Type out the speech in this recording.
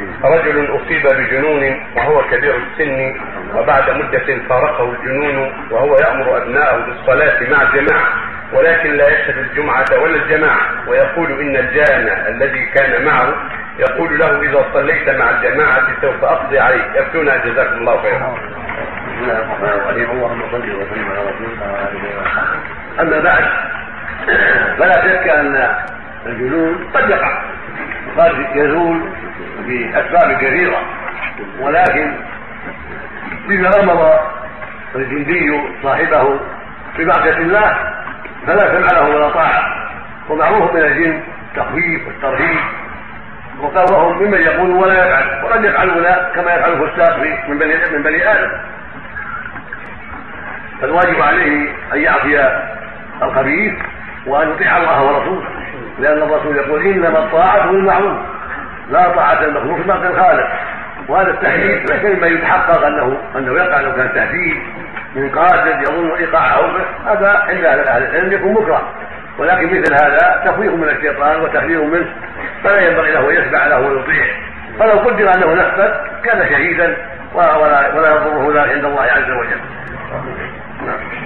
رجل أصيب بجنون وهو كبير السن، وبعد مدة فارقه الجنون وهو يأمر أبناءه بالصلاة مع الجماعة، ولكن لا يشهد الجمعة ولا الجماعة، ويقول إن الجان الذي كان معه يقول له إذا صليت مع الجماعة سوف أقضي عليك. يفتونا جزاكم الله خيرا. بسم الله الرحمن الرحيم. اللهم صل وسلم على رسولك وعلى اله وصحبه. اما بعد، فلا شك ان الجنون قد يقع وقد يزول باسباب كثيره، ولكن اذا امر الجندي صاحبه بمعصيه الله فلا سمع له ولا طاعه. ومعروف من الجن التخويف والترهيب، وقالهم ممن يقول ولا يفعل، وقد يفعلون كما يفعل الفساق من بني ادم. فالواجب عليه ان يعصي الخبيث وان يطيع الله ورسوله، لان الرسول يقول انما الطاعه بالمعروف لا طاعه المخلوق في معصيه الخالق. وهذا التحديد ليس مما يتحقق انه يقع لو كان تهديد من قادر يظن ايقاعه به، هذا عند اهل العلم يكون مكره، ولكن مثل هذا تخويف من الشيطان وتحذير منه، فلا ينبغي له ان يتبع له ويطيع. فلو قدر انه نفذ كان شهيدا ولا يضره ذلك عند الله عز وجل.